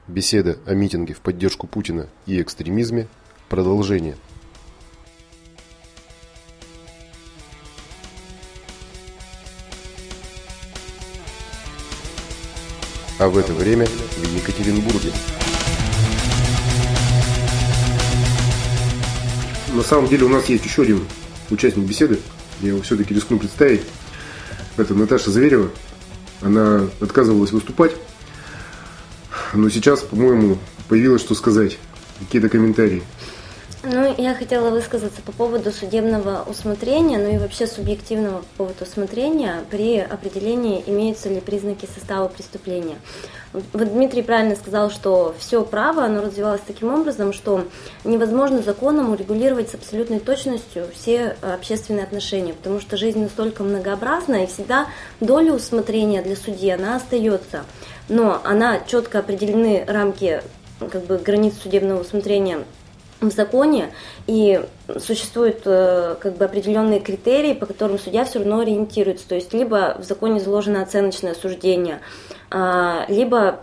Беседа о митинге в поддержку Путина и экстремизме. Продолжение. А в это время в Екатеринбурге. На самом деле у нас есть еще один участник беседы. Я его все-таки рискну представить. Это Наташа Зверева. Она отказывалась выступать. Но сейчас, по-моему, появилось что сказать. Какие-то комментарии. Я хотела высказаться по поводу судебного усмотрения, и вообще субъективного по поводу усмотрения при определении, имеются ли признаки состава преступления. Вот Дмитрий правильно сказал, что все право, оно развивалось таким образом, что невозможно законом урегулировать с абсолютной точностью все общественные отношения, потому что жизнь настолько многообразна, и всегда доля усмотрения для судьи, она остается. Но она четко определены рамки, границ судебного усмотрения в законе, и существуют определенные критерии, по которым судья все равно ориентируется. То есть либо в законе заложено оценочное суждение, либо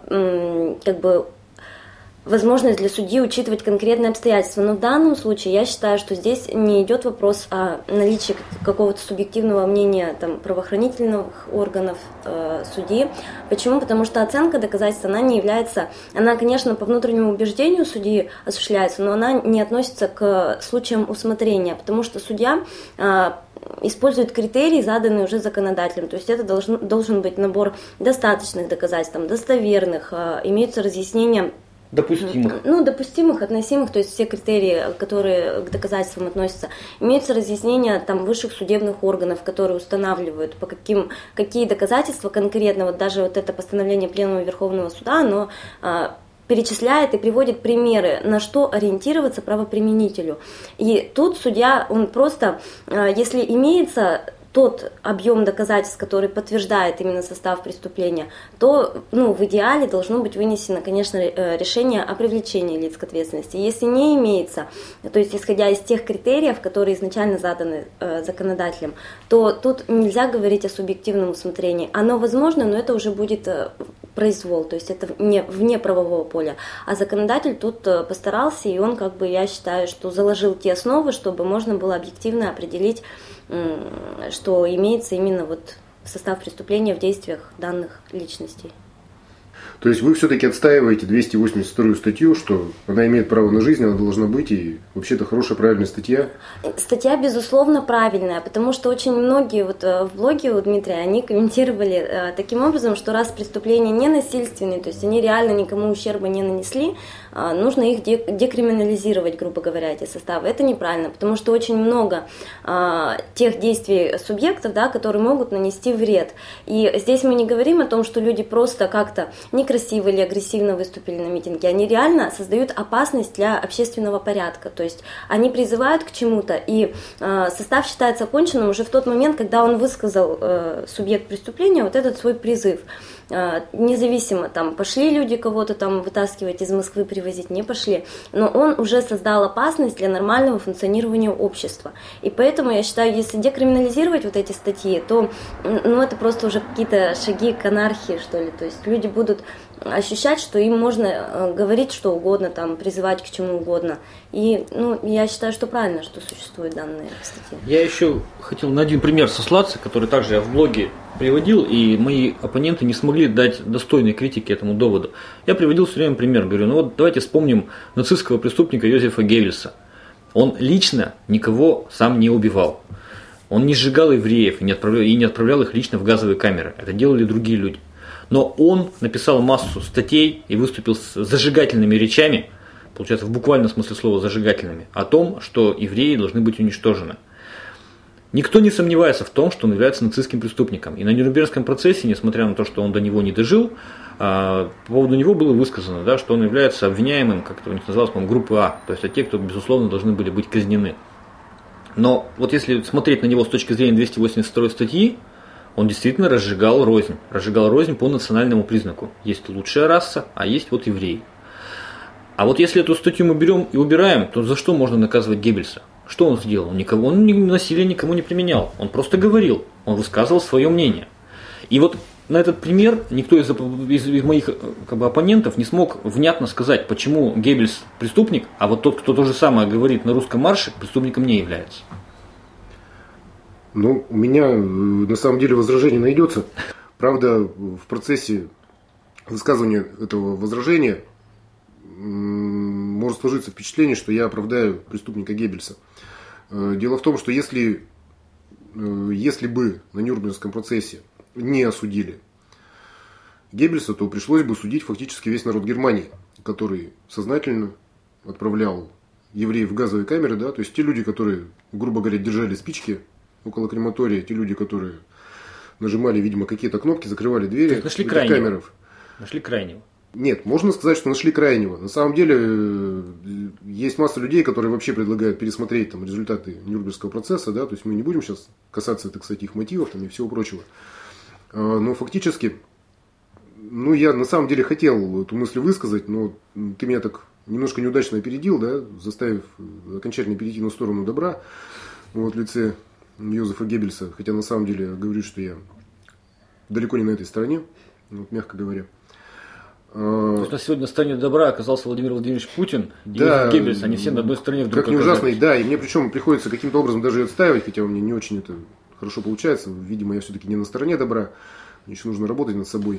возможность для судьи учитывать конкретные обстоятельства. Но в данном случае я считаю, что здесь не идет вопрос о наличии какого-то субъективного мнения правоохранительных органов, судьи. Почему? Потому что оценка доказательств, она не является, она, конечно, по внутреннему убеждению судьи осуществляется, но она не относится к случаям усмотрения, потому что судья использует критерии, заданные уже законодателем. То есть это должен быть набор достаточных доказательств, достоверных, имеются разъяснения допустимых, относимых, то есть все критерии, которые к доказательствам относятся. Имеются разъяснения высших судебных органов, которые устанавливают, какие доказательства конкретно, даже это постановление Пленума Верховного Суда, оно перечисляет и приводит примеры, на что ориентироваться правоприменителю. И тут судья, он просто, если имеется тот объем доказательств, который подтверждает именно состав преступления, то в идеале должно быть вынесено, конечно, решение о привлечении лиц к ответственности. Если не имеется, то есть исходя из тех критериев, которые изначально заданы законодателем, то тут нельзя говорить о субъективном усмотрении. Оно возможно, но это уже будет произвол, то есть это вне правового поля. А законодатель тут постарался, и он, я считаю, что заложил те основы, чтобы можно было объективно определить, что имеется именно состав преступления в действиях данных личностей. То есть вы все-таки отстаиваете 282 статью, что она имеет право на жизнь, она должна быть, и вообще-то хорошая, правильная статья? Статья, безусловно, правильная, потому что очень многие в блоге у Дмитрия, они комментировали таким образом, что раз преступления не насильственные, то есть они реально никому ущерба не нанесли, нужно их декриминализировать, грубо говоря, эти составы. Это неправильно, потому что очень много тех действий субъектов, которые могут нанести вред. И здесь мы не говорим о том, что люди просто как-то некрасиво или агрессивно выступили на митинге. Они реально создают опасность для общественного порядка. То есть они призывают к чему-то, и состав считается оконченным уже в тот момент, когда он высказал, субъект преступления, этот свой призыв. Независимо, пошли люди кого-то вытаскивать из Москвы, привозить, не пошли, но он уже создал опасность для нормального функционирования общества. И поэтому я считаю, если декриминализировать эти статьи, то это просто уже какие-то шаги к анархии, что ли. То есть люди будут ощущать, что им можно говорить что угодно, призывать к чему угодно. И я считаю, что правильно, что существуют данные статьи. Я еще хотел на один пример сослаться, который также я в блоге приводил, и мои оппоненты не смогли дать достойной критики этому доводу. Я приводил все время пример, говорю, давайте вспомним нацистского преступника Йозефа Геббельса. Он лично никого сам не убивал. Он не сжигал евреев и не отправлял их лично в газовые камеры. Это делали другие люди. Но он написал массу статей и выступил с зажигательными речами, получается в буквальном смысле слова зажигательными, о том, что евреи должны быть уничтожены. Никто не сомневается в том, что он является нацистским преступником. И на Нюрнбергском процессе, несмотря на то, что он до него не дожил, по поводу него было высказано, что он является обвиняемым, как это у них называлось, по-моему, группы А, то есть те, кто, безусловно, должны были быть казнены. Но если смотреть на него с точки зрения 282 статьи, он действительно разжигал рознь по национальному признаку. Есть лучшая раса, а есть евреи. А если эту статью мы берем и убираем, то за что можно наказывать Геббельса? Что он сделал? Он насилие никому не применял. Он просто говорил, он высказывал свое мнение. И на этот пример никто из моих оппонентов не смог внятно сказать, почему Геббельс преступник, а вот тот, кто то же самое говорит на русском марше, преступником не является. Ну, у меня на самом деле возражение найдется. Правда, в процессе высказывания этого возражения может сложиться впечатление, что я оправдаю преступника Геббельса. Дело в том, что если бы на Нюрнбергском процессе не осудили Геббельса, то пришлось бы судить фактически весь народ Германии, который сознательно отправлял евреев в газовые камеры, да, то есть те люди, которые, грубо говоря, держали спички около крематория, те люди, которые нажимали, видимо, какие-то кнопки, закрывали двери нашли этих камеров. Нашли крайнего. Нет, можно сказать, что нашли крайнего. На самом деле, есть масса людей, которые вообще предлагают пересмотреть там, результаты Нюрнбергского процесса, да, то есть мы не будем сейчас касаться, так сказать, их мотивов там, и всего прочего. Но фактически, ну, я на самом деле хотел эту мысль высказать, но ты меня так немножко неудачно опередил, да, заставив окончательно перейти на сторону добра, вот, в лице Йозефа Геббельса, хотя на самом деле я говорю, что я далеко не на этой стороне, вот, мягко говоря. То есть на сегодня на стороне добра оказался Владимир Владимирович Путин и да, Йозеф Геббельс, они все на одной стороне вдруг как не ужасно, оказались. да, и мне причем приходится каким-то образом даже ее отстаивать, хотя у меня не очень это хорошо получается, видимо, я все-таки не на стороне добра, мне еще нужно работать над собой.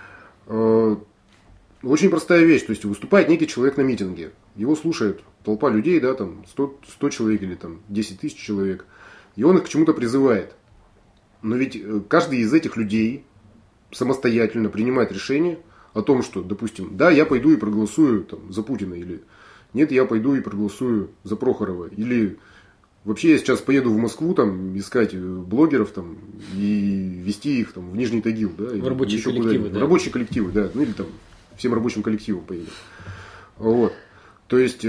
Очень простая вещь, то есть выступает некий человек на митинге, его слушает толпа людей, да, там 100 человек или там 10 тысяч человек, и он их к чему-то призывает. Но ведь каждый из этих людей самостоятельно принимает решение о том, что, допустим, да, я пойду и проголосую там, за Путина, или нет, я пойду и проголосую за Прохорова, или вообще я сейчас поеду в Москву там, искать блогеров там, и вести их там, в Нижний Тагил, да, в рабочие коллективы, да. В рабочие коллективы, да, ну или там всем рабочим коллективам поедем. Вот. То есть,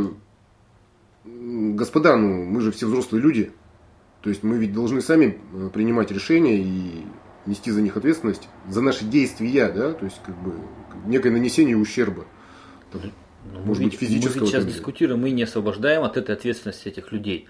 господа, ну мы же все взрослые люди, то есть мы ведь должны сами принимать решения и нести за них ответственность, за наши действия, да, то есть как бы некое нанесение ущерба, там, может быть, физического. Мы сейчас дискутируем, мы не освобождаем от этой ответственности этих людей.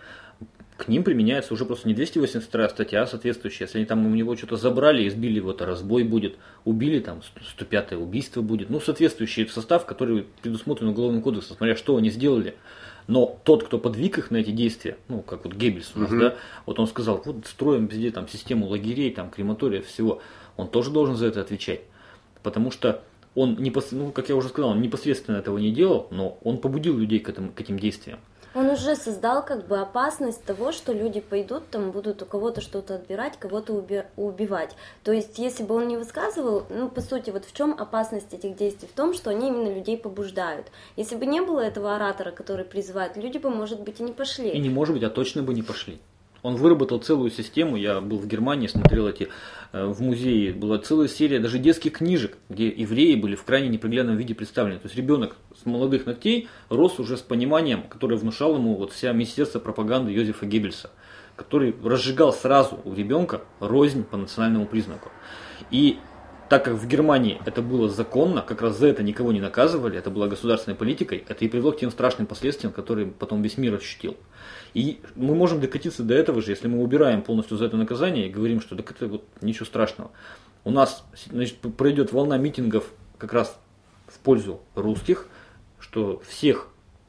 К ним применяется уже просто не 282 статья, а соответствующая. Если они там у него что-то забрали, избили его, то разбой будет, убили, там 105-е убийство будет. Ну, соответствующий состав, который предусмотрен Уголовным кодексом, смотря что они сделали. Но тот, кто подвиг их на эти действия, ну, как вот Геббельс у нас, да, вот он сказал, вот строим везде там систему лагерей, там, крематория, всего, он тоже должен за это отвечать. Потому что он, ну, как я уже сказал, он непосредственно этого не делал, но он побудил людей к этим действиям. Он уже создал как бы опасность того, что люди пойдут, там будут у кого-то что-то отбирать, кого-то убивать. То есть, если бы он не высказывал, ну, по сути, вот в чем опасность этих действий? В том, что они именно людей побуждают. Если бы не было этого оратора, который призывает, люди бы, может быть, и не пошли. И не может быть, а точно бы не пошли. Он выработал целую систему, я был в Германии, смотрел в музее, была целая серия даже детских книжек, где евреи были в крайне неприглядном виде представлены. То есть ребенок с молодых ногтей рос уже с пониманием, которое внушал ему вот вся министерство пропаганды Йозефа Геббельса, который разжигал сразу у ребенка рознь по национальному признаку. И так как в Германии это было законно, как раз за это никого не наказывали, это была государственной политикой, это и привело к тем страшным последствиям, которые потом весь мир ощутил. И мы можем докатиться до этого же, если мы убираем полностью за это наказание и говорим, что так это вот ничего страшного. У нас, значит, пройдет волна митингов как раз в пользу русских, что всех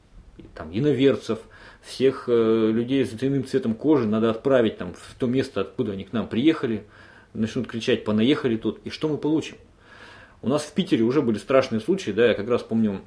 там, иноверцев, всех людей с иным цветом кожи надо отправить там, в то место, откуда они к нам приехали, начнут кричать «понаехали тут», и что мы получим? У нас в Питере уже были страшные случаи, да, я как раз помню,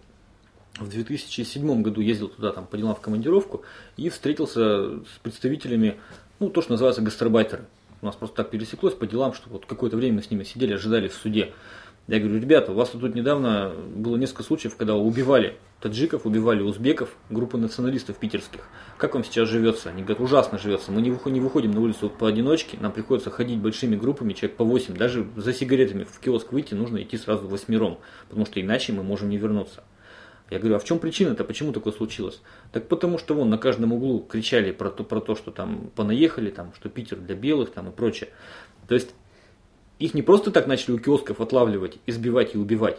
в 2007 году ездил туда там, по делам в командировку и встретился с представителями, ну, то, что называется гастарбайтеры. У нас просто так пересеклось по делам, что вот какое-то время мы с ними сидели, ожидали в суде. Я говорю, ребята, у вас тут недавно было несколько случаев, когда убивали таджиков, убивали узбеков, группы националистов питерских. Как вам сейчас живется? Они говорят, ужасно живется. Мы не выходим на улицу поодиночке, нам приходится ходить большими группами, человек по 8. Даже за сигаретами в киоск выйти нужно идти сразу 8, потому что иначе мы можем не вернуться. Я говорю, а в чем причина-то, почему такое случилось? Так потому что вон на каждом углу кричали про то, что там понаехали, там, что Питер для белых там, и прочее. То есть их не просто так начали у киосков отлавливать, избивать и убивать,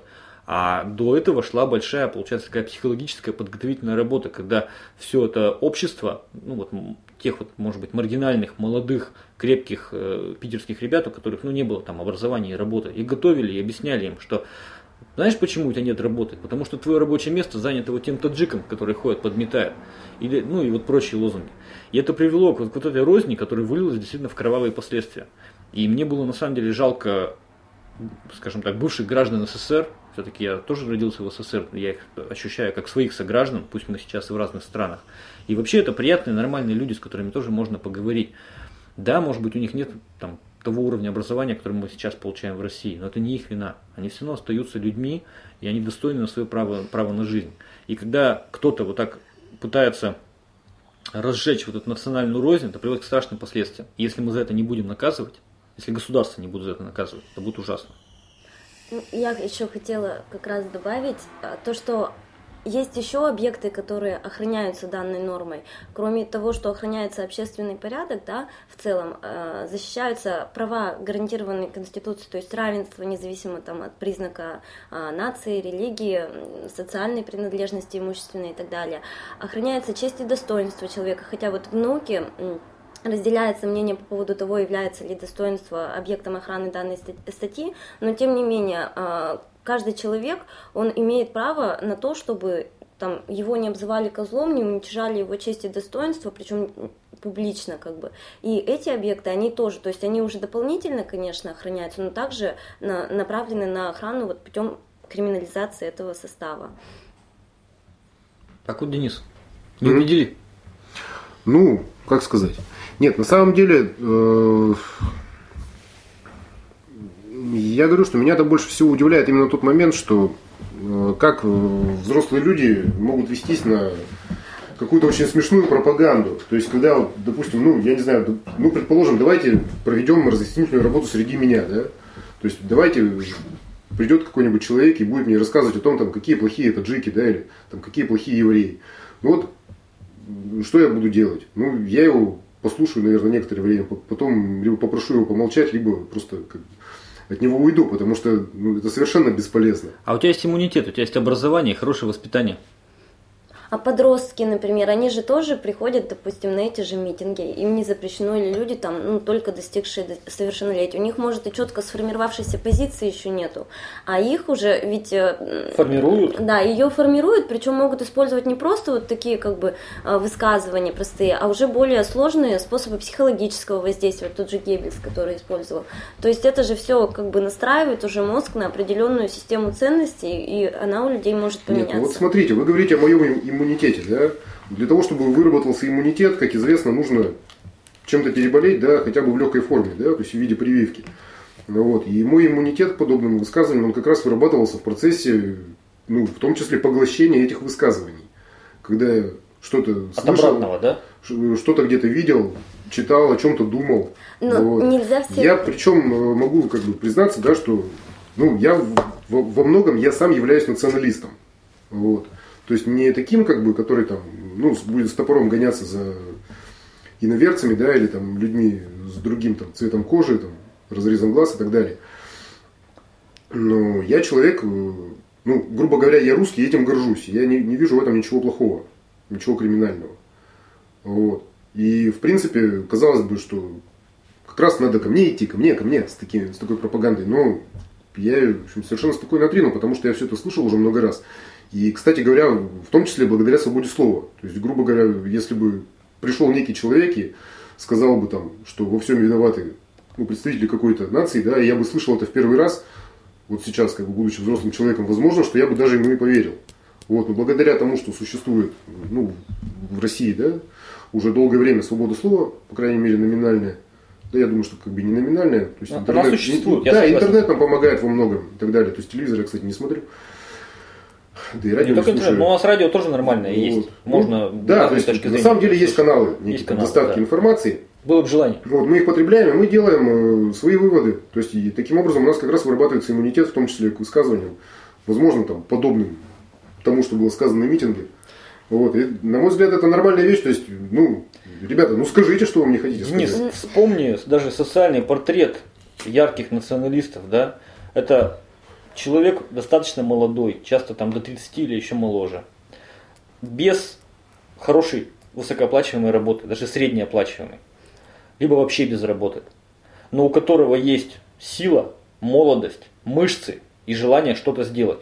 а до этого шла большая, получается, такая психологическая подготовительная работа, когда все это общество, ну вот тех вот, может быть, маргинальных, молодых, крепких питерских ребят, у которых не было там образования и работы. И готовили, и объясняли им, что знаешь, почему у тебя нет работы? Потому что твое рабочее место занято вот тем таджиком, который ходит, подметает. Или, и вот прочие лозунги. И это привело к вот этой розни, которая вылилась действительно в кровавые последствия. И мне было на самом деле жалко, скажем так, бывших граждан СССР. Все-таки я тоже родился в СССР, я их ощущаю как своих сограждан, пусть мы сейчас и в разных странах. И вообще это приятные, нормальные люди, с которыми тоже можно поговорить. Да, может быть, у них нет там того уровня образования, который мы сейчас получаем в России, но это не их вина. Они все равно остаются людьми, и они достойны на свое право на жизнь. И когда кто-то вот так пытается разжечь вот эту национальную рознь, это приводит к страшным последствиям. И если мы за это не будем наказывать, если государство не будет за это наказывать, это будет ужасно. Я еще хотела как раз добавить то, что есть еще объекты, которые охраняются данной нормой. Кроме того, что охраняется общественный порядок, да, в целом защищаются права, гарантированные Конституцией, то есть равенство, независимо там, от признака нации, религии, социальной принадлежности, имущественной и так далее. Охраняется честь и достоинство человека, хотя вот в науке разделяется мнение по поводу того, является ли достоинство объектом охраны данной статьи, но тем не менее каждый человек, он имеет право на то, чтобы там, его не обзывали козлом, не уничижали его честь и достоинство, причем публично как бы. И эти объекты, они тоже, то есть они уже дополнительно, конечно, охраняются, но также направлены на охрану вот путем криминализации этого состава. Так вот, Денис, не убедили? Как сказать? Нет, на самом деле, я говорю, что меня-то больше всего удивляет именно тот момент, что как взрослые люди могут вестись на какую-то очень смешную пропаганду. То есть, когда, допустим, я не знаю, предположим, давайте проведем разъяснительную работу среди меня, да? То есть, давайте придет какой-нибудь человек и будет мне рассказывать о том, там, какие плохие таджики, да, или там, какие плохие евреи. Что я буду делать? Я его послушаю, наверное, некоторое время, потом либо попрошу его помолчать, либо просто от него уйду, потому что это совершенно бесполезно. А у тебя есть иммунитет, у тебя есть образование, хорошее воспитание. А подростки, например, они же тоже приходят, допустим, на эти же митинги. Им не запрещено, или люди там, только достигшие совершеннолетия. У них, может, и четко сформировавшейся позиции еще нету. А их уже ведь... Формируют? Да, ее формируют, причем могут использовать не просто вот такие как бы высказывания простые, а уже более сложные способы психологического воздействия, тот же Геббельс, который использовал. То есть это же все как бы настраивает уже мозг на определенную систему ценностей, и она у людей может поменяться. Нет, вот смотрите, вы говорите о моем иммунитете, да? Для того, чтобы выработался иммунитет, как известно, нужно чем-то переболеть, да, хотя бы в легкой форме, да, то есть в виде прививки. И мой иммунитет к подобным высказываниям, он как раз вырабатывался в процессе, в том числе поглощения этих высказываний. Когда я что-то слышал, обратного, да? Что-то где-то видел, читал, о чем-то думал. Нельзя все... Я причем могу признаться, да, что я во многом я сам являюсь националистом. То есть не таким, который там, будет с топором гоняться за иноверцами, да, или там людьми с другим там цветом кожи, там, разрезом глаз и так далее. Но я человек, грубо говоря, я русский, и этим горжусь. Я не вижу в этом ничего плохого, ничего криминального. И в принципе, казалось бы, что как раз надо ко мне идти, ко мне с такой пропагандой. Но я, в общем, совершенно спокойно отринул, потому что я все это слышал уже много раз. И, кстати говоря, в том числе благодаря свободе слова. То есть, грубо говоря, если бы пришел некий человек и сказал бы там, что во всем виноваты представители какой-то нации, да, и я бы слышал это в первый раз, вот сейчас, будучи взрослым человеком, возможно, что я бы даже ему и поверил. Но благодаря тому, что существует в России, да, уже долгое время свобода слова, по крайней мере номинальная, да, я думаю, что не номинальная. То есть интернет, существует, да, интернет нам помогает во многом и так далее. То есть телевизор я, кстати, не смотрю. Да и радио не только интернет, но у нас радио тоже нормальное есть. Можно да, то есть на самом деле есть каналы, доставки информации. Было бы желание. Мы их потребляем, и мы делаем свои выводы. То есть и таким образом у нас как раз вырабатывается иммунитет, в том числе к высказываниям, возможно, там, подобным тому, что было сказано на митинге. И, на мой взгляд, это нормальная вещь. То есть, ребята, скажите, что вы мне хотите сказать. Денис, вспомни даже социальный портрет ярких националистов, да? Это человек достаточно молодой, часто там до 30 или еще моложе, без хорошей высокооплачиваемой работы, даже среднеоплачиваемой, либо вообще без работы, но у которого есть сила, молодость, мышцы и желание что-то сделать.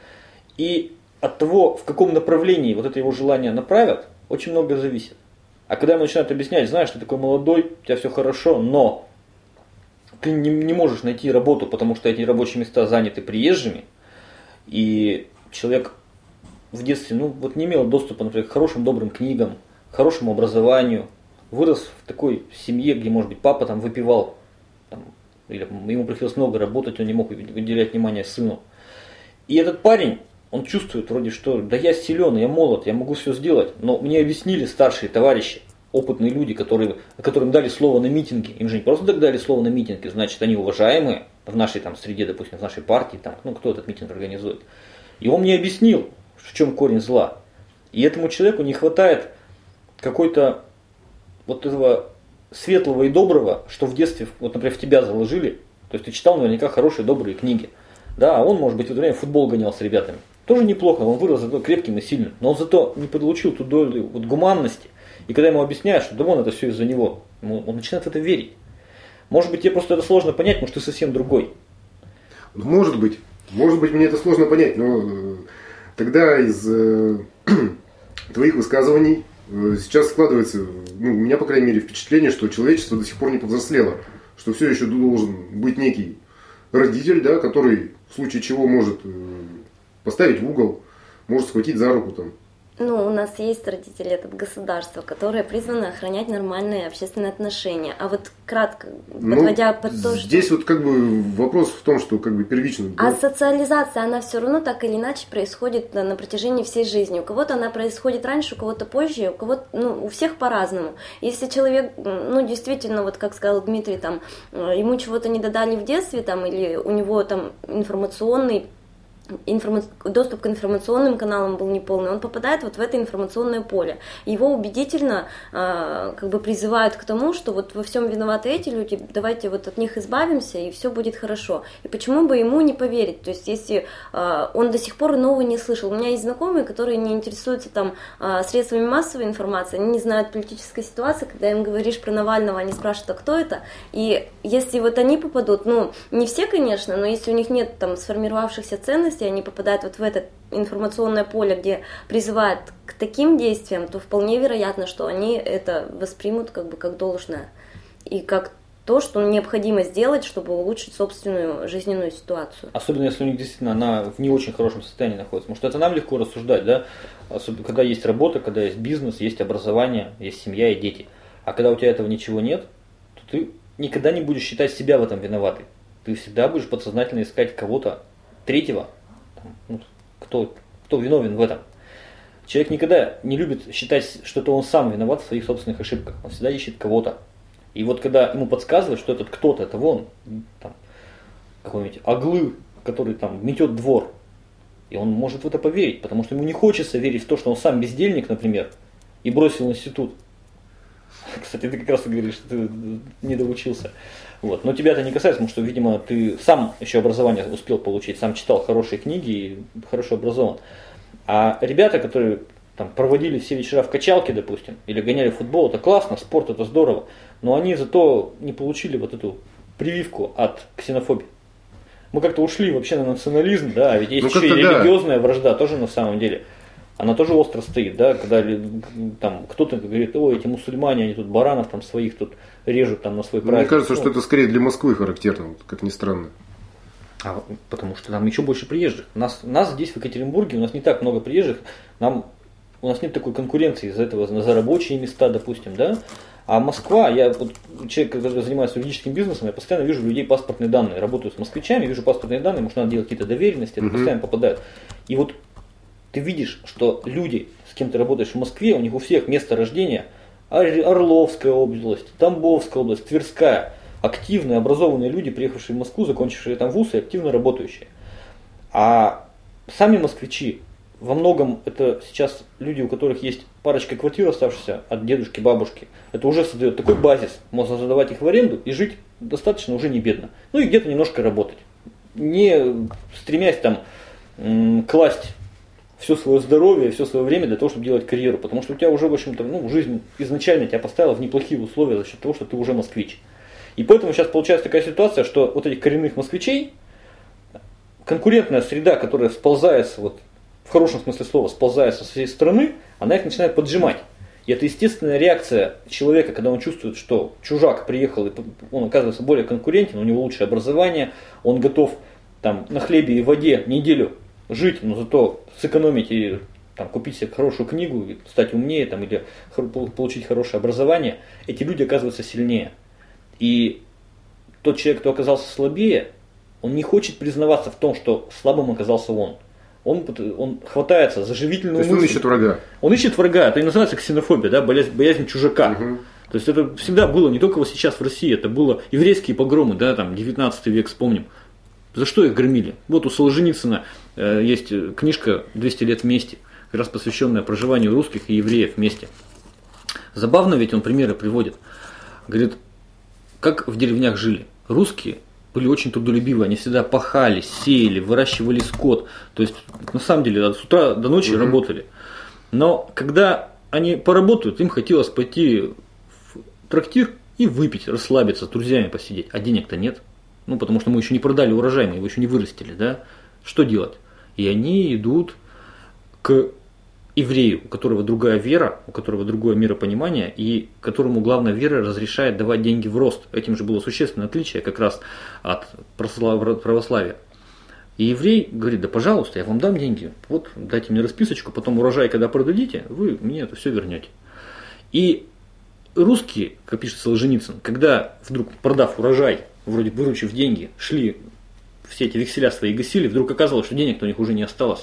И от того, в каком направлении вот это его желание направят, очень много зависит. А когда ему начинают объяснять, знаешь, ты такой молодой, у тебя все хорошо, но ты не можешь найти работу, потому что эти рабочие места заняты приезжими, и человек в детстве не имел доступа, например, к хорошим добрым книгам, к хорошему образованию, вырос в такой семье, где, может быть, папа там выпивал, или ему приходилось много работать, он не мог уделять внимание сыну. И этот парень, он чувствует вроде, что да я силен, я молод, я могу все сделать, но мне объяснили старшие товарищи, опытные люди, которым дали слово на митинге, им же не просто так дали слово на митинге, значит они уважаемые в нашей среде, допустим, в нашей партии, кто этот митинг организует. И он мне объяснил, в чем корень зла. И этому человеку не хватает какой-то вот этого светлого и доброго, что в детстве, вот, например, в тебя заложили. То есть ты читал наверняка хорошие, добрые книги. Да, а он, может быть, в это время футбол гонял с ребятами. Тоже неплохо, он вырос зато крепким и сильным. Но он зато не получил ту долю гуманности. И когда ему объясняют, что да вон это все из-за него, он начинает в это верить. Может быть, тебе просто это сложно понять, может, ты совсем другой. Может быть, мне это сложно понять, но тогда из твоих высказываний сейчас складывается, у меня, по крайней мере, впечатление, что человечество до сих пор не повзрослело, что все еще должен быть некий родитель, да, который в случае чего может поставить в угол, может схватить за руку . У нас есть родители, это государство, которое призвано охранять нормальные общественные отношения. А вот кратко, подводя под то, что... Здесь вопрос в том, что первично... А социализация, она все равно так или иначе происходит на протяжении всей жизни. У кого-то она происходит раньше, у кого-то позже, у кого-то, у всех по-разному. Если человек, действительно, вот как сказал Дмитрий, ему чего-то не додали в детстве, или у него доступ к информационным каналам был неполный, он попадает в это информационное поле. Его убедительно призывают к тому, что во всем виноваты эти люди, давайте от них избавимся, и все будет хорошо. И почему бы ему не поверить? То есть, если он до сих пор нового не слышал. У меня есть знакомые, которые не интересуются средствами массовой информации, они не знают политической ситуации, когда им говоришь про Навального, они спрашивают, а кто это? И если они попадут, не все, конечно, но если у них нет сформировавшихся ценностей, они попадают в это информационное поле, где призывают к таким действиям, то вполне вероятно, что они это воспримут как должное и как то, что необходимо сделать, чтобы улучшить собственную жизненную ситуацию. Особенно если у них действительно она в не очень хорошем состоянии находится. Потому что это нам легко рассуждать, да? Особенно когда есть работа, когда есть бизнес, есть образование, есть семья и дети. А когда у тебя этого ничего нет, то ты никогда не будешь считать себя в этом виноватой. Ты всегда будешь подсознательно искать кого-то третьего, кто виновен в этом. Человек никогда не любит считать, что это он сам виноват в своих собственных ошибках. Он всегда ищет кого-то. И когда ему подсказывают, что этот кто-то, это вон, какой-нибудь Оглы, который метет двор, и он может в это поверить, потому что ему не хочется верить в то, что он сам бездельник, например, и бросил институт. Кстати, ты как раз говоришь, что ты не доучился. Но тебя это не касается, потому что, видимо, ты сам еще образование успел получить, сам читал хорошие книги и хорошо образован. А ребята, которые проводили все вечера в качалке, допустим, или гоняли в футбол, это классно, спорт это здорово, но они зато не получили эту прививку от ксенофобии. Мы как-то ушли вообще на национализм, да, ведь есть еще и религиозная вражда тоже на самом деле. Она тоже остро стоит, да, когда кто-то говорит, эти мусульмане, они тут баранов своих тут режут на свой праздник. Мне кажется, что это скорее для Москвы характерно, как ни странно. Потому что там еще больше приезжих. Нас здесь в Екатеринбурге, у нас не так много приезжих, у нас нет такой конкуренции из-за этого за рабочие места, допустим, да. А Москва, человек, который занимается юридическим бизнесом, я постоянно вижу людей паспортные данные, работаю с москвичами, вижу паспортные данные, может надо делать какие-то доверенности, это постоянно попадает. И ты видишь, что люди, с кем ты работаешь в Москве, у них у всех место рождения Орловская область, Тамбовская область, Тверская. Активные, образованные люди, приехавшие в Москву, закончившие там вуз и активно работающие. А сами москвичи, во многом это сейчас люди, у которых есть парочка квартир, оставшихся от дедушки, бабушки. Это уже создает такой базис, можно задавать их в аренду и жить достаточно уже не бедно. И где-то немножко работать. Не стремясь класть все свое здоровье, все свое время для того, чтобы делать карьеру. Потому что у тебя уже, в общем-то, жизнь изначально тебя поставила в неплохие условия за счет того, что ты уже москвич. И поэтому сейчас получается такая ситуация, что вот этих коренных москвичей, конкурентная среда, которая сползается, вот, в хорошем смысле слова, сползается со всей страны, она их начинает поджимать. И это естественная реакция человека, когда он чувствует, что чужак приехал, и он оказывается более конкурентен, у него лучшее образование, он готов там, на хлебе и воде неделю жить, но зато сэкономить и там, купить себе хорошую книгу, и стать умнее там, или получить хорошее образование, эти люди оказываются сильнее. И тот человек, кто оказался слабее, он не хочет признаваться в том, что слабым оказался он. Он хватается за живительную мысль. То есть он ищет врага. Он ищет врага, это и называется ксенофобия, да, боязнь чужака. Угу. То есть это всегда было, не только вот сейчас в России, это было еврейские погромы, да, там 19 век, вспомним. За что их громили? Вот у Солженицына есть книжка «200 лет вместе», как раз посвященная проживанию русских и евреев вместе. Забавно ведь он примеры приводит. Говорит, как в деревнях жили. Русские были очень трудолюбивы, они всегда пахали, сеяли, выращивали скот. То есть, на самом деле, с утра до ночи работали. Но когда они поработают, им хотелось пойти в трактир и выпить, расслабиться, с друзьями посидеть. А денег-то нет. Потому что мы еще не продали урожай, мы его еще не вырастили, да? Что делать? И они идут к еврею, у которого другая вера, у которого другое миропонимание, и которому главная вера разрешает давать деньги в рост. Этим же было существенное отличие как раз от православия. И еврей говорит, да пожалуйста, я вам дам деньги, вот дайте мне расписочку, потом урожай, когда продадите, вы мне это все вернете. И русские, как пишет Солженицын, когда вдруг продав урожай, вроде выручив деньги, шли все эти векселя свои гасили, вдруг оказалось, что денег-то у них уже не осталось.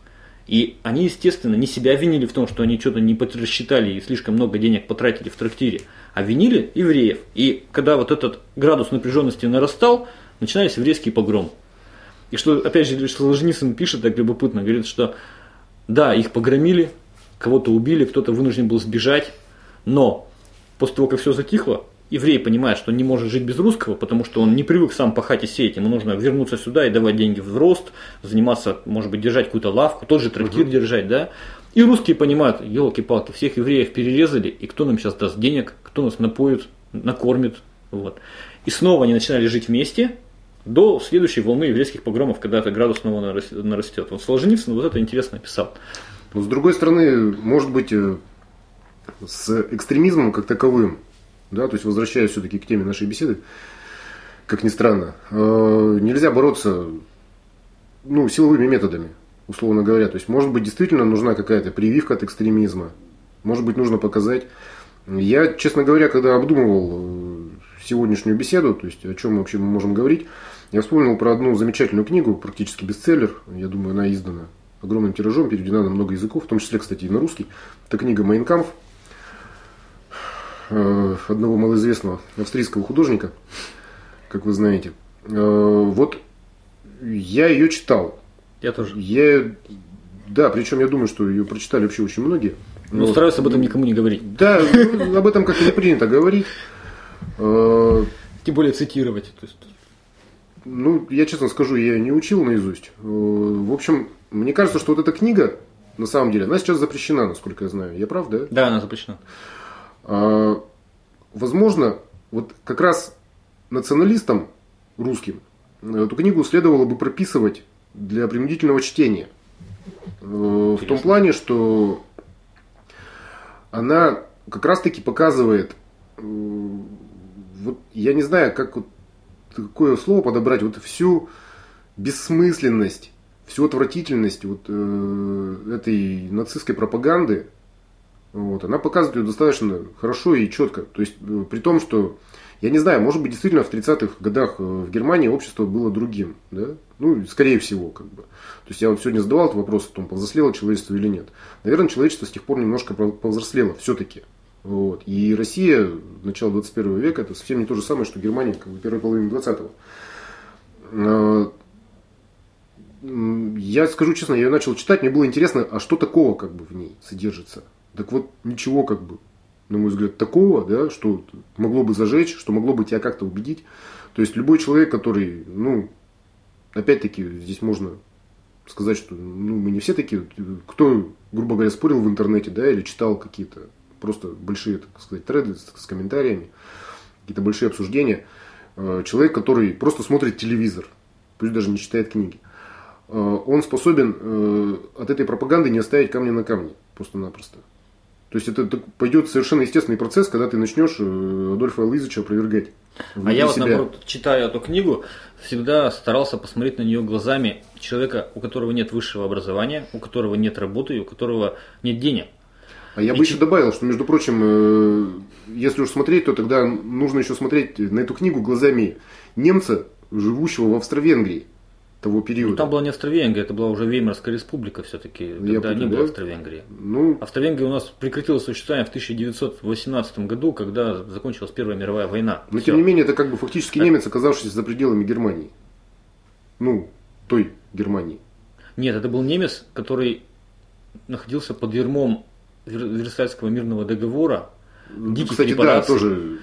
И они, естественно, не себя винили в том, что они что-то не рассчитали и слишком много денег потратили в трактире, а винили евреев. И когда вот этот градус напряженности нарастал, начинались еврейские погромы. И что, опять же, Солженицын пишет так любопытно, говорит, что да, их погромили, кого-то убили, кто-то вынужден был сбежать, но после того, как все затихло, еврей понимает, что он не может жить без русского, потому что он не привык сам пахать и сеять, ему нужно вернуться сюда и давать деньги в рост, заниматься, может быть, держать какую-то лавку, тот же трактир держать, да. И русские понимают, елки-палки, всех евреев перерезали, и кто нам сейчас даст денег, кто нас напоит, накормит, вот. И снова они начинали жить вместе до следующей волны еврейских погромов, когда этот градус снова нарастет. Вот Солженицын вот это интересно описал. Но с другой стороны, может быть, с экстремизмом как таковым, да, то есть возвращаясь все-таки к теме нашей беседы, как ни странно, нельзя бороться силовыми методами, условно говоря. То есть, может быть, действительно нужна какая-то прививка от экстремизма, может быть, нужно показать. Я, честно говоря, когда обдумывал сегодняшнюю беседу, то есть о чем вообще мы можем говорить, я вспомнил про одну замечательную книгу, практически бестселлер, я думаю, она издана огромным тиражом, переведена на много языков, в том числе, кстати, и на русский. Это книга «Майн кампф» одного малоизвестного австрийского художника, как вы знаете. Вот я ее читал. Я тоже. Да, причем я думаю, что ее прочитали вообще очень многие. Но стараюсь об этом никому не говорить. Да, об этом как-то не принято говорить. Тем более цитировать. То есть. Я честно скажу, я не учил наизусть. В общем, мне кажется, что вот эта книга, на самом деле, она сейчас запрещена, насколько я знаю. Я прав, да? Да, она запрещена. Возможно, вот как раз националистам русским эту книгу следовало бы прописывать для принудительного чтения. Интересно. В том плане, что она как раз-таки показывает, вот я не знаю, как вот какое слово подобрать, вот всю бессмысленность, всю отвратительность вот этой нацистской пропаганды. Вот, она показывает ее достаточно хорошо и четко. То есть, при том, что, я не знаю, может быть, действительно в 30-х годах в Германии общество было другим. Да? Скорее всего. То есть, я вот сегодня задавал этот вопрос о том, повзрослело человечество или нет. Наверное, человечество с тех пор немножко повзрослело все-таки. Вот. И Россия, начало 21 века, это совсем не то же самое, что Германия, первой половины 20-го. Я скажу честно, я ее начал читать, мне было интересно, а что такого в ней содержится. Так вот, ничего, на мой взгляд, такого, да, что могло бы зажечь, что могло бы тебя как-то убедить. То есть, любой человек, который, опять-таки, здесь можно сказать, что ну, мы не все такие. Кто, грубо говоря, спорил в интернете, да, или читал какие-то просто большие, так сказать, треды с комментариями, какие-то большие обсуждения. Человек, который просто смотрит телевизор, пусть даже не читает книги, он способен от этой пропаганды не оставить камня на камне, просто-напросто. То есть это пойдет совершенно естественный процесс, когда ты начнешь Адольфа Алоизовича опровергать. А я вот, наоборот, читая эту книгу, всегда старался посмотреть на нее глазами человека, у которого нет высшего образования, у которого нет работы и у которого нет денег. А я бы еще добавил, что, между прочим, если уж смотреть, то тогда нужно еще смотреть на эту книгу глазами немца, живущего в Австро-Венгрии того периода. Ну, там была не Австро-Венгрия, это была уже Веймарская республика все-таки, тогда не было Австро-Венгрии. Ну, Австро-Венгрия у нас прекратила существование в 1918 году, когда закончилась Первая мировая война. Но тем не менее, это как бы фактически немец, оказавшийся за пределами Германии. Ну, той Германии. Нет, это был немец, который находился под ярмом Версальского мирного договора, диких кстати, репараций, да, тоже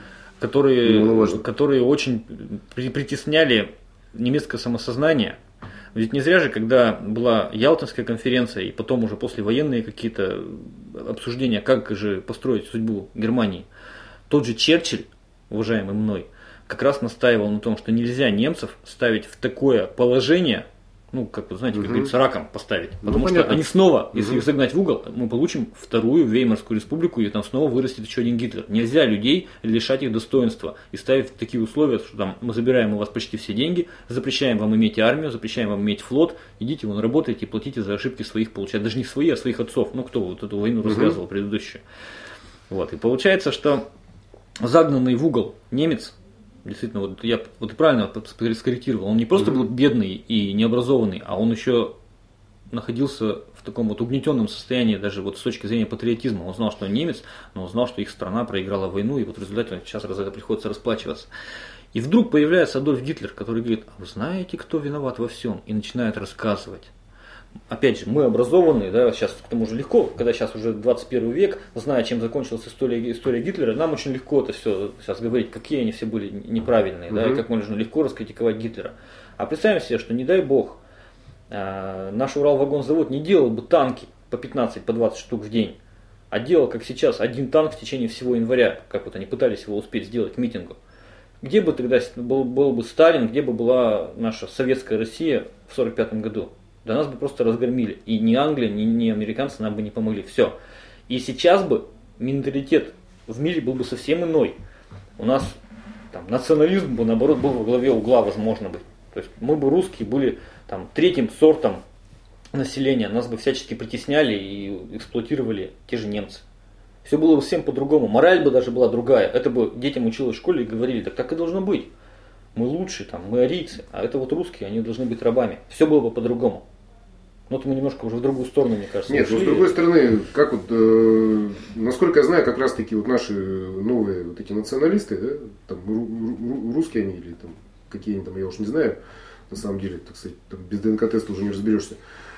которые очень притесняли немецкое самосознание. Ведь не зря же, когда была Ялтинская конференция и потом уже послевоенные какие-то обсуждения, как же построить судьбу Германии, тот же Черчилль, уважаемый мной, как раз настаивал на том, что нельзя немцев ставить в такое положение, ну, как вы знаете, как говорится, раком поставить. Потому что они снова, если их загнать в угол, мы получим вторую Веймарскую республику, и там снова вырастет еще один Гитлер. Нельзя людей лишать их достоинства и ставить в такие условия, что там мы забираем у вас почти все деньги, запрещаем вам иметь армию, запрещаем вам иметь флот, идите вон работайте и платите за ошибки своих, получать. Даже не свои, а своих отцов. Ну, кто вот эту войну развязывал предыдущую. Вот. И получается, что загнанный в угол немец, действительно, вот я вот правильно скорректировал, он не просто был бедный и необразованный, а он еще находился в таком вот угнетенном состоянии даже вот с точки зрения патриотизма. Он знал, что он немец, но он знал, что их страна проиграла войну, и вот в результате сейчас за это приходится расплачиваться. И вдруг появляется Адольф Гитлер, который говорит: а вы знаете, кто виноват во всем? И начинает рассказывать. Опять же, мы образованные, да, сейчас к тому же легко, когда сейчас уже 21 век, зная, чем закончилась история Гитлера, нам очень легко это все сейчас говорить, какие они все были неправильные, да, и как можно легко раскритиковать Гитлера. А представим себе, что, не дай бог, наш Уралвагонзавод не делал бы танки по 15, по 20 штук в день, а делал, как сейчас, один танк в течение всего января, как вот они пытались его успеть сделать к митингу. Где бы тогда был бы Сталин, где бы была наша советская Россия в 1945 году? Да нас бы просто разгромили. И ни Англия, ни американцы нам бы не помогли. Все. И сейчас бы менталитет в мире был бы совсем иной. У нас там национализм бы, наоборот, был во главе угла, возможно бы. То есть мы бы, русские, были там третьим сортом населения. Нас бы всячески притесняли и эксплуатировали те же немцы. Все было бы всем по-другому. Мораль бы даже была другая. Это бы детям училось в школе и говорили: так и должно быть. Мы лучшие, там, мы арийцы, а это вот русские, они должны быть рабами. Все было бы по-другому. Но это мы немножко уже в другую сторону, мне кажется. Нет, но с другой стороны, как вот, насколько я знаю, как раз таки вот наши новые вот эти националисты, да, там, русские они или там, какие они там, я уж не знаю, на самом деле, так сказать, там, без ДНК-теста уже не разберешься.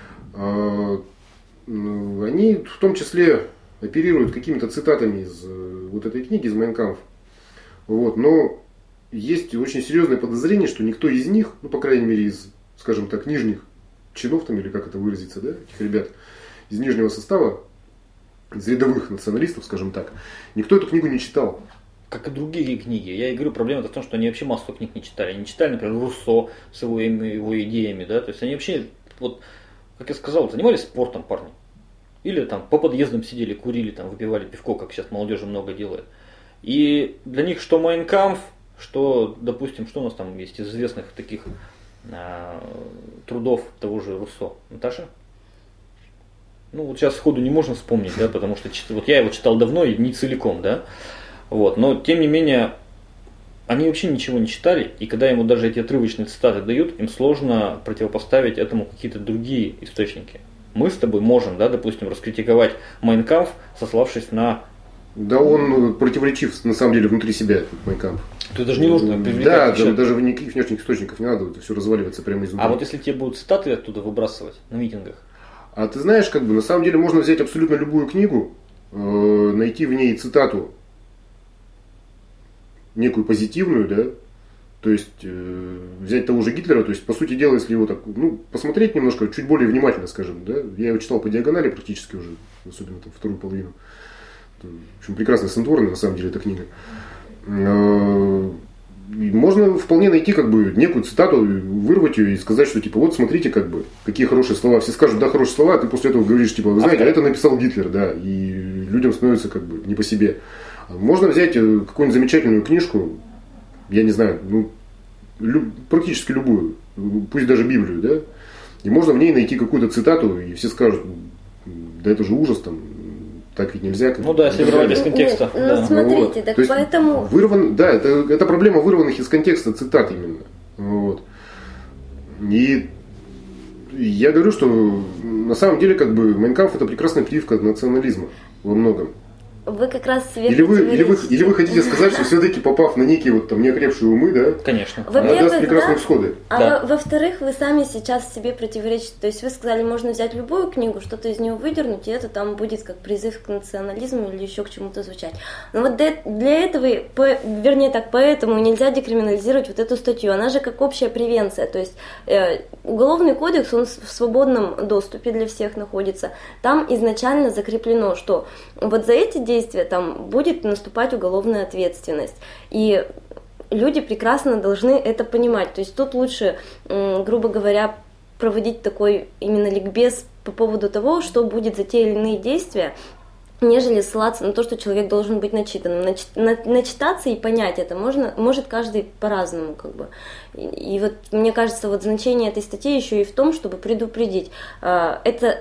Они в том числе оперируют какими-то цитатами из вот этой книги, из Mein Kampf. Вот, но есть очень серьезное подозрение, что никто из них, ну, по крайней мере, из, скажем так, нижних чинов, там, или как это выразиться, да, этих ребят, из нижнего состава, из рядовых националистов, скажем так, никто эту книгу не читал. Как и другие книги. Я и говорю, проблема в том, что они вообще массу книг не читали. Они не читали, например, Руссо с его идеями, да, то есть они вообще, вот, как я сказал, занимались спортом парни. Или там по подъездам сидели, курили, там, выпивали пивко, как сейчас молодежи много делает. И для них что Mein Kampf, что, допустим, что у нас там есть из известных таких трудов того же Руссо. Наташа? Ну, вот сейчас сходу не можно вспомнить, да, потому что вот я его читал давно и не целиком, да. Вот, но, тем не менее, они вообще ничего не читали, и когда ему даже эти отрывочные цитаты дают, им сложно противопоставить этому какие-то другие источники. Мы с тобой можем, да, допустим, раскритиковать Mein Kampf, сославшись на... Да, он противоречив, на самом деле, внутри себя, этот Mein Kampf. То даже не нужно привлекать. Да, даже никаких внешних источников не надо, это все разваливается прямо изнутри. А вот если тебе будут цитаты оттуда выбрасывать на митингах? А ты знаешь, как бы, на самом деле можно взять абсолютно любую книгу, найти в ней цитату некую позитивную, да, То есть взять того же Гитлера, то есть по сути дела, если его так, посмотреть немножко, чуть более внимательно, скажем, да, я его читал по диагонали практически уже, особенно там вторую половину. В общем, прекрасно снотворная на самом деле эта книга. Можно вполне найти как бы некую цитату, вырвать ее и сказать, что типа вот смотрите как бы какие хорошие слова. Все скажут, да, хорошие слова, а ты после этого говоришь, типа, вы знаете, а это написал Гитлер, да, и людям становится как бы не по себе. Можно взять какую-нибудь замечательную книжку, я не знаю, практически любую, пусть даже Библию, да, и можно в ней найти какую-то цитату, и все скажут, да это же ужас, там, так ведь нельзя. Ну да, если вырвать из контекста. Ну смотрите, так поэтому... это проблема вырванных из контекста цитат именно. Вот. И я говорю, что на самом деле как бы Mein Kampf это прекрасная прививка от национализма во многом. Вы как раз или вы хотите сказать, что все-таки попав на некие вот там неокрепшие умы, да? Конечно. Она даст прекрасные всходы. А во-вторых, вы сами сейчас себе противоречите. То есть вы сказали, можно взять любую книгу, что-то из нее выдернуть, и это там будет как призыв к национализму или еще к чему-то звучать. Но вот для этого, поэтому нельзя декриминализировать вот эту статью. Она же как общая превенция. То есть Уголовный кодекс, он в свободном доступе для всех находится. Там изначально закреплено, что вот за эти действия там будет наступать уголовная ответственность. И люди прекрасно должны это понимать. То есть тут лучше, грубо говоря, проводить такой именно ликбез по поводу того, что будет за те или иные действия, нежели ссылаться на то, что человек должен быть начитанным. Начитаться и понять это может каждый по-разному. Как бы. И вот мне кажется, вот значение этой статьи еще и в том, чтобы предупредить. Это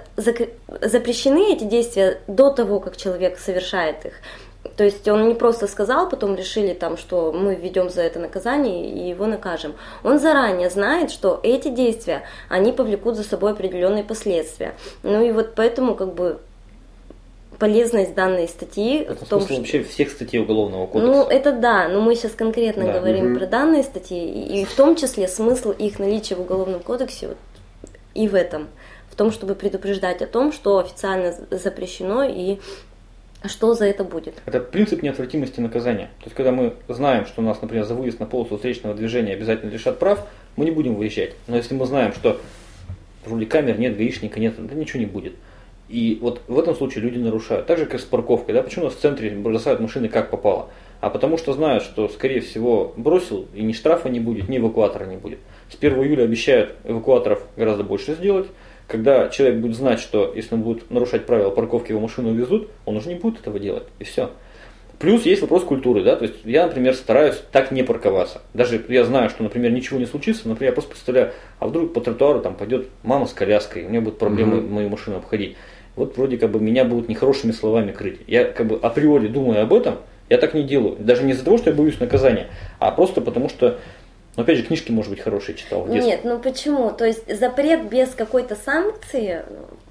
запрещены эти действия до того, как человек совершает их. То есть он не просто сказал, потом решили, там, что мы введем за это наказание и его накажем. Он заранее знает, что эти действия, они повлекут за собой определенные последствия. Ну и вот поэтому как бы полезность данной статьи это в том, что вообще всех статей Уголовного кодекса. Ну, это да, но мы сейчас конкретно говорим про данные статьи, и в том числе смысл их наличия в Уголовном кодексе вот, и в этом, в том, чтобы предупреждать о том, что официально запрещено и что за это будет. Это принцип неотвратимости наказания. То есть, когда мы знаем, что нас, например, за выезд на полосу встречного движения обязательно лишат прав, мы не будем выезжать. Но если мы знаем, что вроде камер нет, гаишника нет, да ничего не будет. И вот в этом случае люди нарушают. Так же, как с парковкой. Да? Почему у нас в центре бросают машины как попало? А потому что знают, что, скорее всего, бросил, и ни штрафа не будет, ни эвакуатора не будет. С 1 июля обещают эвакуаторов гораздо больше сделать. Когда человек будет знать, что если он будет нарушать правила парковки, его машину увезут, он уже не будет этого делать. И все. Плюс есть вопрос культуры. Да? То есть я, например, стараюсь так не парковаться. Даже я знаю, что, например, ничего не случится. Например, я просто представляю, а вдруг по тротуару там пойдет мама с коляской, у нее будут проблемы мою машину обходить. Вот вроде как бы меня будут нехорошими словами крыть. Я как бы априори думаю об этом, я так не делаю. Даже не из-за того, что я боюсь наказания, а просто потому что, опять же, книжки, может быть, хорошие читал в детстве. Нет, ну почему? То есть запрет без какой-то санкции,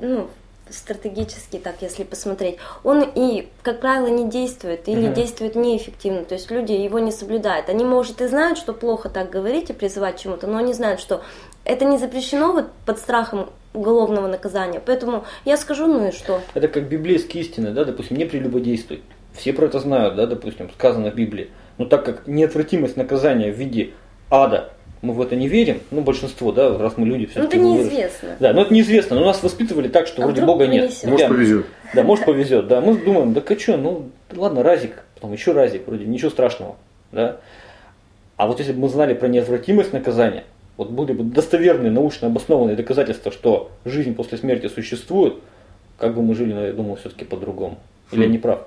стратегически так, если посмотреть, он и, как правило, не действует или действует неэффективно. То есть люди его не соблюдают. Они, может, и знают, что плохо так говорить и призывать к чему-то, но они знают, что это не запрещено вот под страхом уголовного наказания. Поэтому я скажу, ну и что? Это как библейские истины, да, допустим, не прелюбодействуй. Все про это знают, да, допустим, сказано в Библии. Но так как неотвратимость наказания в виде ада, мы в это не верим, большинство, да, раз мы люди все-таки. Ну, это неизвестно. Да, но это неизвестно, но нас воспитывали так, что вроде Бога нет. Может повезет. Да, может повезет, да. Мы думаем, да что, ладно, разик, потом еще разик, вроде ничего страшного, да. А вот если бы мы знали про неотвратимость наказания, вот были бы достоверные, научно обоснованные доказательства, что жизнь после смерти существует, как бы мы жили, я думаю, все-таки по-другому. Или я не прав?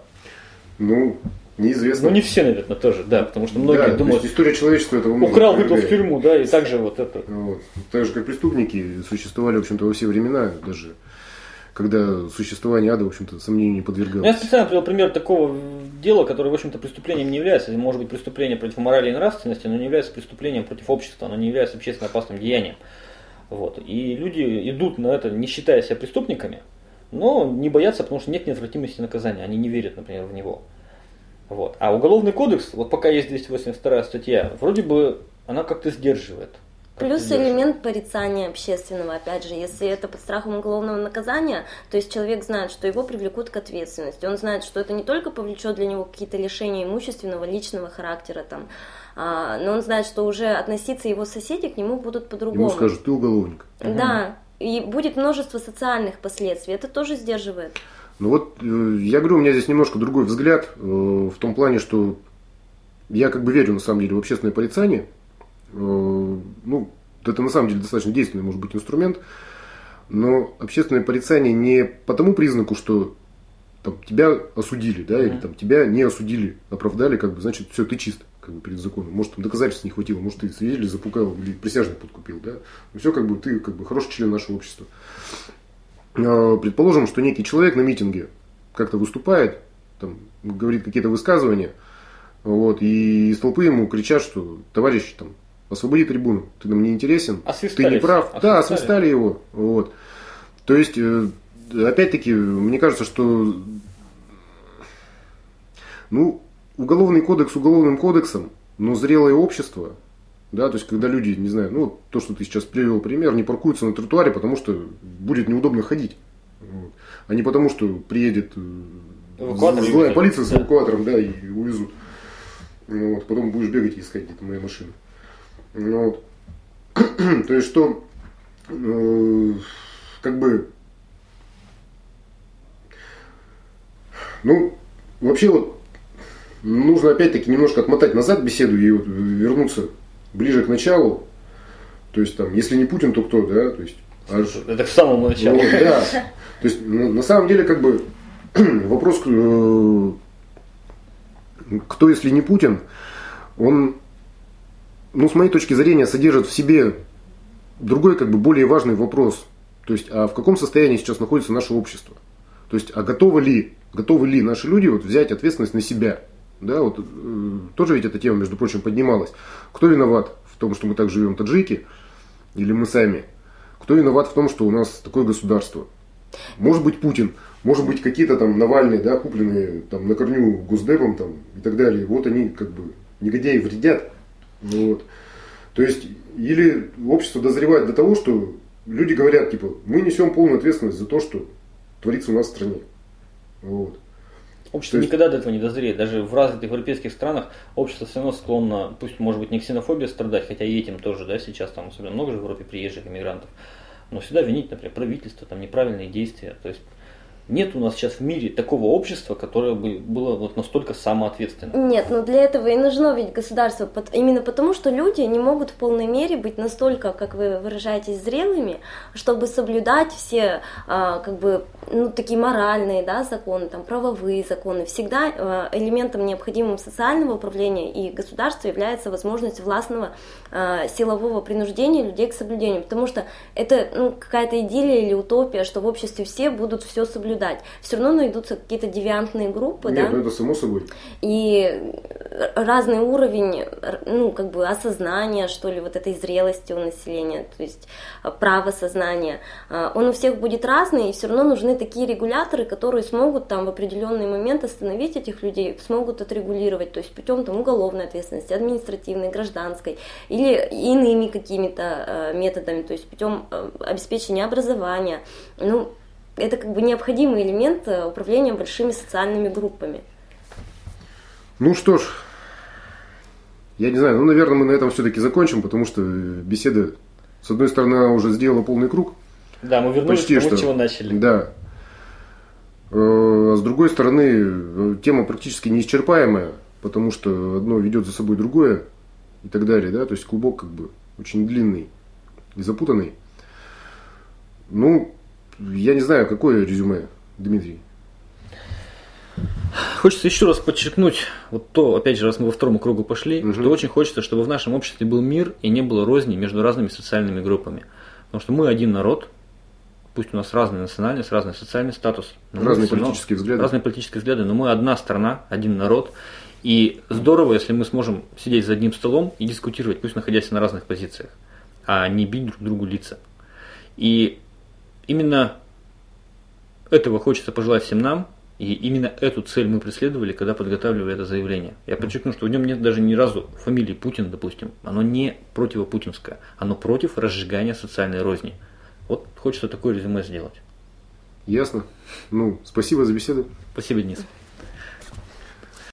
Неизвестно. Не все, наверное, тоже, да, потому что многие думают, история человечества это украл, выпил в тюрьму, да, и также вот это. Так же, как преступники существовали, в общем-то, во все времена, даже когда существование ада, в общем-то, сомнению не подвергалось. Я специально привел пример такого дела, которое, в общем-то, преступлением не является. Может быть, преступление против морали и нравственности, но не является преступлением против общества, оно не является общественно опасным деянием. Вот. И люди идут на это, не считая себя преступниками, но не боятся, потому что нет неотвратимости наказания, они не верят, например, в него. Вот. А Уголовный кодекс, вот пока есть 282 статья, вроде бы она как-то сдерживает. Плюс элемент порицания общественного, опять же, если это под страхом уголовного наказания, то есть человек знает, что его привлекут к ответственности, он знает, что это не только повлечет для него какие-то лишения имущественного, личного характера, там, но он знает, что уже относиться его соседи к нему будут по-другому. Ему скажут, ты уголовник. Да, и будет множество социальных последствий, это тоже сдерживает. Ну вот, я говорю, у меня здесь немножко другой взгляд, в том плане, что я как бы верю, на самом деле, в общественное порицание. Ну, это на самом деле достаточно действенный, может быть, инструмент, но общественное порицание не по тому признаку, что там, тебя осудили, да, или там, тебя не осудили, оправдали, как бы, значит, все, ты чист, как бы, перед законом. Может, там доказательств не хватило, может, ты свидетелей запугал или присяжных подкупил, да. Но все, как бы, ты как бы хороший член нашего общества. Предположим, что некий человек на митинге как-то выступает, там, говорит какие-то высказывания, вот, и из толпы ему кричат, что товарищ, там, освободи трибуну, ты нам не интересен, ты не прав. Да, освистали его. Вот. То есть, опять-таки, мне кажется, что ну, уголовный кодекс уголовным кодексом, но зрелое общество, да, то есть, когда люди, не знаю, ну, то, что ты сейчас привел пример, не паркуются на тротуаре, потому что будет неудобно ходить. Вот. А не потому, что приедет злая полиция с эвакуатором, да, и увезут. Вот. Потом будешь бегать и искать где-то моя машина. Вот. То есть, что как бы, ну, вообще вот нужно опять-таки немножко отмотать назад беседу и вот вернуться ближе к началу. То есть, там, если не Путин, то кто, да? То есть, это к самому началу. Вот, да. То есть, на самом деле, как бы, вопрос, кто, если не Путин, он, ну, с моей точки зрения, содержит в себе другой, как бы, более важный вопрос. То есть, а в каком состоянии сейчас находится наше общество? То есть, а готовы ли наши люди вот взять ответственность на себя? Да, вот тоже ведь эта тема, между прочим, поднималась. Кто виноват в том, что мы так живем, таджики, или мы сами? Кто виноват в том, что у нас такое государство? Может быть, Путин, может быть, какие-то там Навальные, да, купленные там на корню Госдепом там, и так далее. Вот они, как бы, негодяи вредят. Вот. То есть, или общество дозревает до того, что люди говорят, типа, мы несем полную ответственность за то, что творится у нас в стране. Вот. Общество никогда до этого не дозреет. Даже в развитых европейских странах общество все равно склонно, пусть может быть не ксенофобия страдать, хотя и этим тоже, да, сейчас там особенно много же в Европе приезжих иммигрантов, но всегда винить, например, правительство, там неправильные действия. То есть нет у нас сейчас в мире такого общества, которое бы было вот настолько самоответственным. Нет, но для этого и нужно ведь государство, именно потому, что люди не могут в полной мере быть настолько, как вы выражаетесь, зрелыми, чтобы соблюдать все, как бы, ну, такие моральные, да, законы, там, правовые законы. Всегда элементом необходимым социального управления и государства является возможность властного силового принуждения людей к соблюдению, потому что это, ну, какая-то идиллия или утопия, что в обществе все будут все соблюдать. Все равно найдутся какие-то девиантные группы, Нет, да? Ну это само собой. И разный уровень, ну, как бы осознания, что ли, вот этой зрелости у населения, то есть правосознания, он у всех будет разный, и все равно нужны такие регуляторы, которые смогут там в определенный момент остановить этих людей, смогут отрегулировать, то есть путем там уголовной ответственности, административной, гражданской, или иными какими-то методами, то есть путем обеспечения образования. Ну, это как бы необходимый элемент управления большими социальными группами. Ну что ж, я не знаю, ну, наверное, мы на этом все-таки закончим, потому что беседа, с одной стороны, она уже сделала полный круг. Да, мы вернулись к тому, с чего начали. Да. А с другой стороны, тема практически неисчерпаемая, потому что одно ведет за собой другое и так далее, да, то есть клубок как бы очень длинный и запутанный. Ну, я не знаю, какое резюме, Дмитрий? Хочется еще раз подчеркнуть, вот то, опять же, раз мы во второму кругу пошли, что очень хочется, чтобы в нашем обществе был мир и не было розни между разными социальными группами. Потому что мы один народ, пусть у нас разная национальность, разный социальный статус. Разные политические взгляды. Разные политические взгляды, но мы одна страна, один народ. И здорово, если мы сможем сидеть за одним столом и дискутировать, пусть находясь на разных позициях, а не бить друг другу лица. И именно этого хочется пожелать всем нам. И именно эту цель мы преследовали, когда подготавливали это заявление. Я подчеркну, что в нем нет даже ни разу фамилии Путин, допустим. Оно не противопутинское, оно против разжигания социальной розни. Вот хочется такое резюме сделать. Ясно. Ну, спасибо за беседу. Спасибо, Денис.